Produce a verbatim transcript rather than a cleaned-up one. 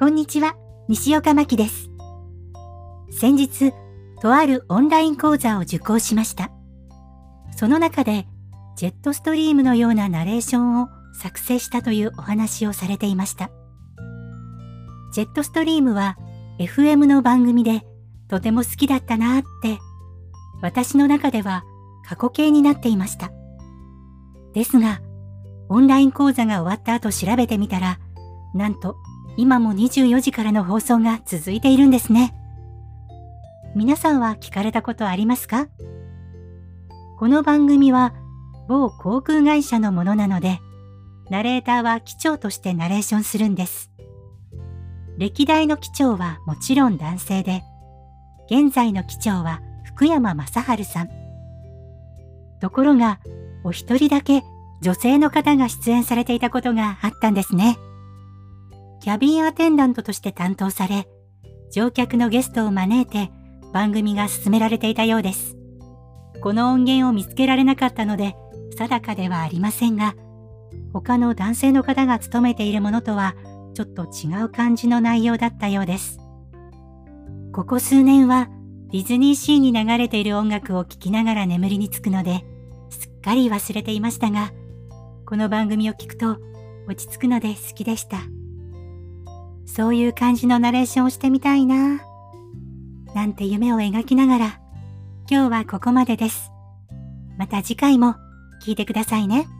こんにちは、西岡真希です。先日、とあるオンライン講座を受講しました。その中で、ジェットストリームのようなナレーションを作成したというお話をされていました。ジェットストリームは エフエム の番組でとても好きだったなーって、私の中では過去形になっていました。ですが、オンライン講座が終わった後調べてみたら、なんと今もにじゅうよじからの放送が続いているんですね。皆さんは聞かれたことありますか？この番組は某航空会社のものなので、ナレーターは機長としてナレーションするんです。歴代の機長はもちろん男性で、現在の機長は福山雅治さん。ところが、お一人だけ女性の方が出演されていたことがあったんですね。キャビンアテンダントとして担当され、乗客のゲストを招いて番組が進められていたようです。この音源を見つけられなかったので定かではありませんが、他の男性の方が務めているものとはちょっと違う感じの内容だったようです。ここ数年はディズニーシーに流れている音楽を聴きながら眠りにつくので、すっかり忘れていましたが、この番組を聞くと落ち着くので好きでした。そういう感じのナレーションをしてみたいな、なんて夢を描きながら、今日はここまでです。また次回も聞いてくださいね。